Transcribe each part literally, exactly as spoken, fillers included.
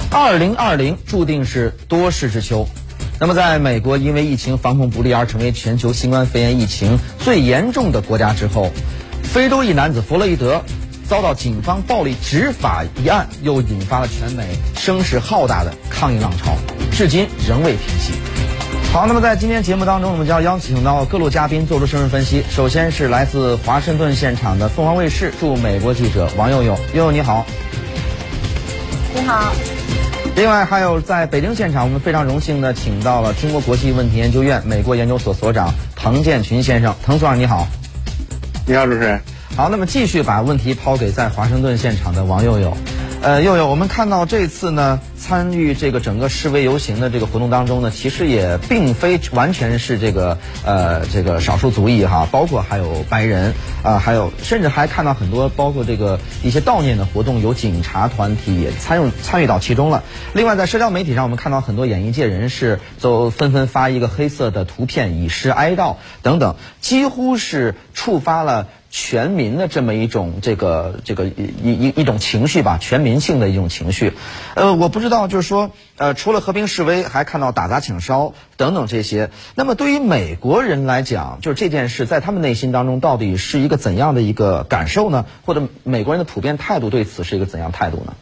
二零二零注定是多事之秋。那么在美国因为疫情防控不力而成为全球新冠肺炎疫情最严重的国家之后，非洲一男子弗洛伊德遭到警方暴力执法一案，又引发了全美声势浩大的抗议浪潮，至今仍未平息。好，那么在今天节目当中，我们就要邀请到各路嘉宾做出深入分析。首先是来自华盛顿现场的凤凰卫视驻美国记者王佑佑，佑佑你好。 你好。 另外还有在北京现场，我们非常荣幸的请到了中国国际问题研究院美国研究所所长滕建群先生。滕所长你好。 你好，主持人。 好，那么继续把问题抛给在华盛顿现场的王佑佑。呃，佑佑，我们看到这次呢，参与这个整个示威游行的这个活动当中呢，其实也并非完全是这个呃这个少数族裔哈，包括还有白人啊、呃，还有甚至还看到很多包括这个一些悼念的活动，有警察团体也参与参与到其中了。另外，在社交媒体上，我们看到很多演艺界人士都纷纷发一个黑色的图片以示哀悼等等，几乎是触发了全民的这么一种这个这个一一一种情绪吧，全民性的一种情绪。呃，我不知道，就是说，呃，除了和平示威，还看到打砸抢烧等等这些。那么对于美国人来讲，就是这件事在他们内心当中到底是一个怎样的一个感受呢？或者美国人的普遍态度对此是一个怎样态度呢？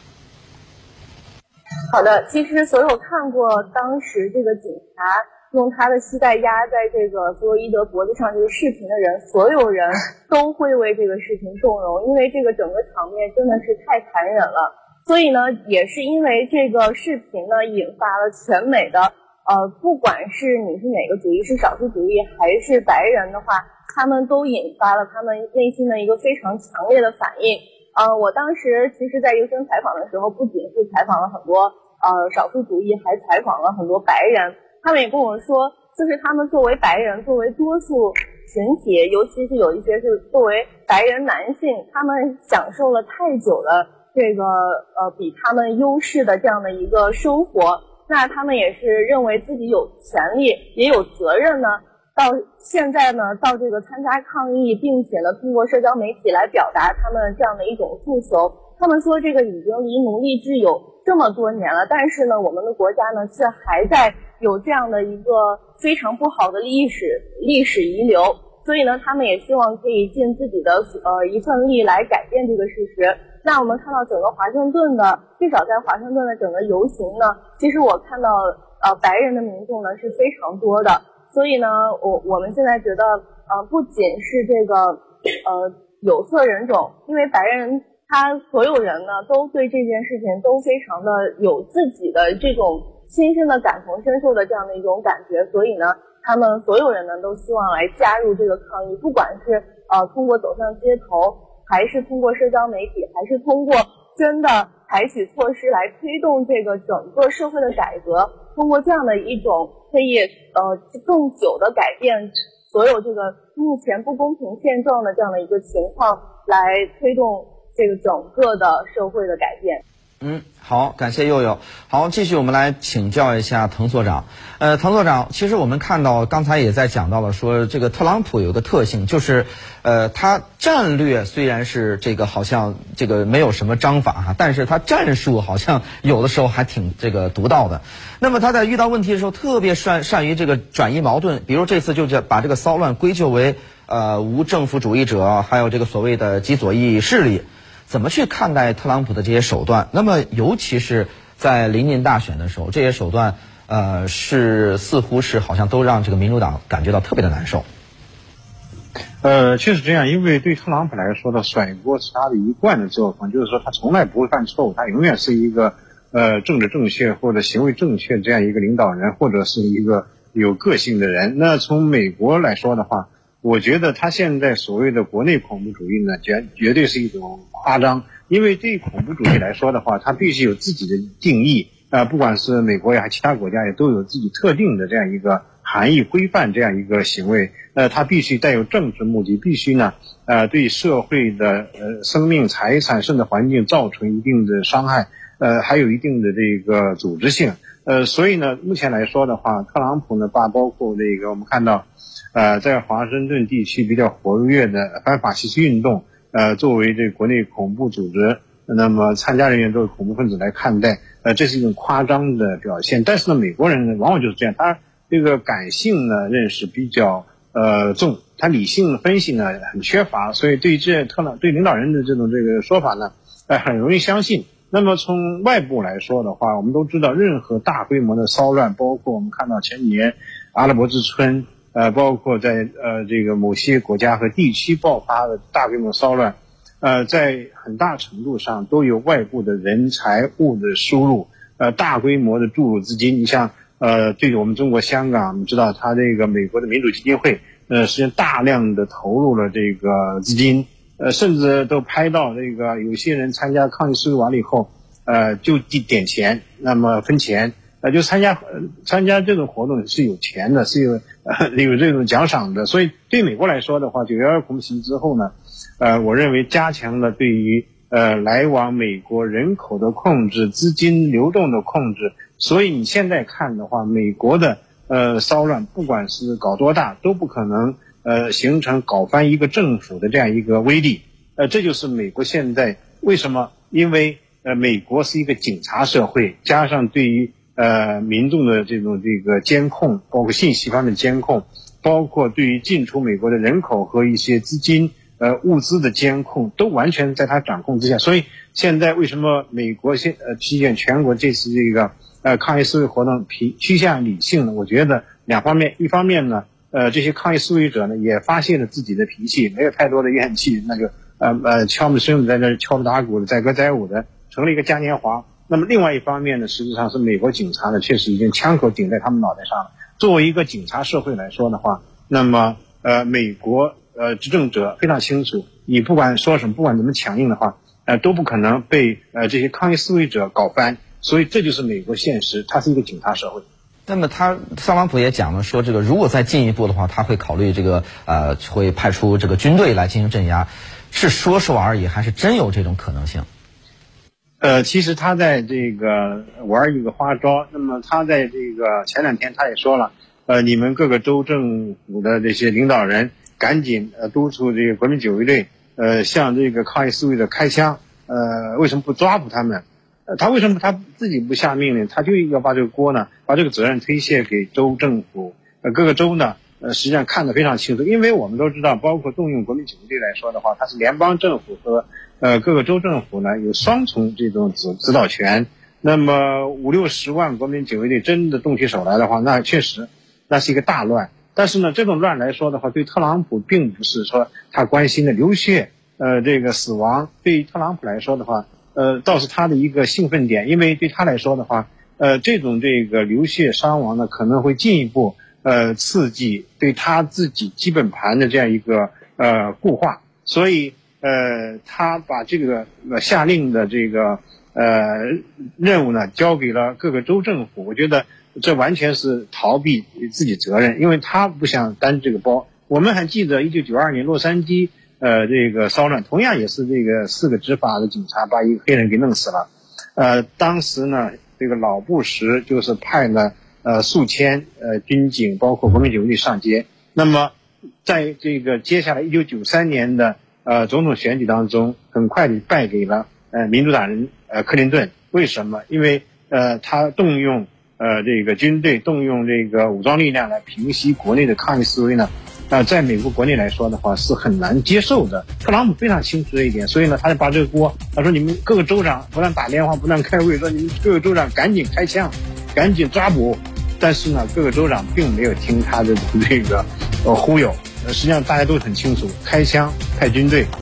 好的，其实所有看过当时这个警察用他的膝盖压在这个弗洛伊德脖子上这个视频的人，所有人都会为这个视频动容，因为这个整个场面真的是太残忍了。所以呢，也是因为这个视频呢，引发了全美的呃，不管是你是哪个族裔，是少数族裔还是白人的话，他们都引发了他们内心的一个非常强烈的反应。呃，我当时其实在优生采访的时候，不仅是采访了很多呃少数族裔，还采访了很多白人。他们也跟我说，就是他们作为白人，作为多数群体，尤其是有一些是作为白人男性，他们享受了太久的这个呃比他们优势的这样的一个生活，那他们也是认为自己有权利也有责任呢，到现在呢到这个参加抗议，并且呢通过社交媒体来表达他们这样的一种诉求。他们说这个已经离奴隶制有这么多年了，但是呢我们的国家呢却还在有这样的一个非常不好的历史历史遗留，所以呢他们也希望可以尽自己的呃一份力来改变这个事实。那我们看到整个华盛顿的，至少在华盛顿的整个游行呢，其实我看到呃白人的民众呢是非常多的，所以呢我我们现在觉得呃不仅是这个呃有色人种，因为白人他所有人呢都对这件事情都非常的有自己的这种亲身的感同身受的这样的一种感觉，所以呢他们所有人呢都希望来加入这个抗议，不管是呃通过走上街头，还是通过社交媒体，还是通过真的采取措施来推动这个整个社会的改革，通过这样的一种可以呃更久的改变所有这个目前不公平现状的这样的一个情况，来推动这个整个的社会的改变。 嗯，好，感谢佑佑。好，继续我们来请教一下滕所长。呃，滕所长，其实我们看到刚才也在讲到了说，这个特朗普有个特性，就是呃，他战略虽然是这个好像这个没有什么章法哈，但是他战术好像有的时候还挺这个独到的。那么他在遇到问题的时候，特别善善于这个转移矛盾，比如这次就是把这个骚乱归咎为呃无政府主义者，还有这个所谓的极左翼势力。怎么去看待特朗普的这些手段？那么尤其是在临近大选的时候，这些手段呃是似乎是好像都让这个民主党感觉到特别的难受。 呃，确实这样，因为对特朗普来说的甩锅是他的一贯的作风，就是说他从来不会犯错误，他永远是一个呃政治正确或者行为正确这样一个领导人，或者是一个有个性的人。那从美国来说的话，我觉得他现在所谓的国内恐怖主义呢，绝绝对是一种夸张，因为对恐怖主义来说的话，它必须有自己的定义啊、呃，不管是美国呀，还其他国家也都有自己特定的这样一个含义规范这样一个行为，呃，它必须带有政治目的，必须呢，呃，对社会的呃生命、财产甚至环境造成一定的伤害，呃，还有一定的这个组织性，呃，所以呢，目前来说的话，特朗普呢，把包括这个我们看到。呃，在华盛顿地区比较活跃的反法西斯运动，呃，作为这国内恐怖组织， 那么参加人员都是恐怖分子来看待，呃，这是一种夸张的表现。但是呢，美国人呢往往就是这样，他这个感性呢认识比较呃重，他理性分析呢很缺乏，所以对这特朗对领导人的这种这个说法呢，呃，很容易相信。那么从外部来说的话，我们都知道，任何大规模的骚乱，包括我们看到前几年阿拉伯之春，呃，包括在呃这个某些国家和地区爆发的大规模骚乱，呃，在很大程度上都有外部的人财物的输入，呃，大规模的注入资金。你像呃，对于我们中国香港，我们知道它这个美国的民主基金会，呃，实际上大量的投入了这个资金。呃，甚至都拍到这个有些人参加抗议示威完了以后，呃，就点钱，那么分钱，呃，就参加呃参加这种活动是有钱的，是有呃有这种奖赏的。所以对美国来说的话，九一二恐怖袭击之后呢，呃，我认为加强了对于呃来往美国人口的控制、资金流动的控制。所以你现在看的话，美国的呃骚乱，不管是搞多大，都不可能。呃，形成搞翻一个政府的这样一个威力，呃，这就是美国现在为什么？因为呃，美国是一个警察社会，加上对于呃民众的这种这个监控，包括信息方面的监控，包括对于进出美国的人口和一些资金呃物资的监控，都完全在他掌控之下。所以现在为什么美国现呃体现全国这次这个呃抗议示威活动趋趋向理性呢？我觉得两方面，一方面呢。呃，这些抗议示威者呢，也发泄了自己的脾气，没有太多的怨气，那就呃呃敲门声在那敲锣打鼓的，载歌载舞的，成了一个嘉年华。那么另外一方面呢，实际上是美国警察呢，确实已经枪口顶在他们脑袋上了。作为一个警察社会来说的话，那么呃美国呃执政者非常清楚，你不管说什么，不管怎么强硬的话，呃都不可能被呃这些抗议示威者搞翻。所以这就是美国现实，它是一个警察社会。 那么他特朗普也讲了，说这个如果再进一步的话，他会考虑这个呃会派出这个军队来进行镇压，是说说而已，还是真有这种可能性？ 呃，其实他在这个玩一个花招。那么他在这个前两天他也说了，呃，你们各个州政府的这些领导人赶紧呃督促这个国民警卫队呃向这个抗议示威者开枪，呃，为什么不抓捕他们？他为什么他自己不下命令？他就要把这个锅呢，把这个责任推卸给州政府。呃，各个州呢，呃，实际上看得非常清楚，因为我们都知道，包括动用国民警卫队来说的话，它是联邦政府和呃各个州政府呢有双重这种指指导权。那么五六十万国民警卫队真的动起手来的话，那确实那是一个大乱。但是呢，这种乱来说的话，对特朗普并不是说他关心的流血，呃，这个死亡，对于特朗普来说的话。呃，倒是他的一个兴奋点，因为对他来说的话，呃，这种这个流血伤亡呢，可能会进一步呃刺激对他自己基本盘的这样一个呃固化，所以呃，他把这个呃下令的这个呃任务呢交给了各个州政府，我觉得这完全是逃避自己责任，因为他不想担这个包。我们还记得一九九二年洛杉矶。呃，这个骚乱同样也是这个四个执法的警察把一个黑人给弄死了。呃，当时呢，这个老布什就是派了呃数千呃军警，包括国民警卫队上街。那么，在这个接下来一九九三年的呃总统选举当中，很快的败给了呃民主党人呃克林顿。为什么？因为呃他动用呃这个军队，动用这个武装力量来平息国内的抗议示威呢。呃，在美国国内来说的话是很难接受的。特朗普非常清楚这一点，所以呢，他就把这个锅，他说你们各个州长不但打电话，不但开会，说你们各个州长赶紧开枪，赶紧抓捕。但是呢，各个州长并没有听他的这个呃忽悠。呃，实际上大家都很清楚，开枪派军队。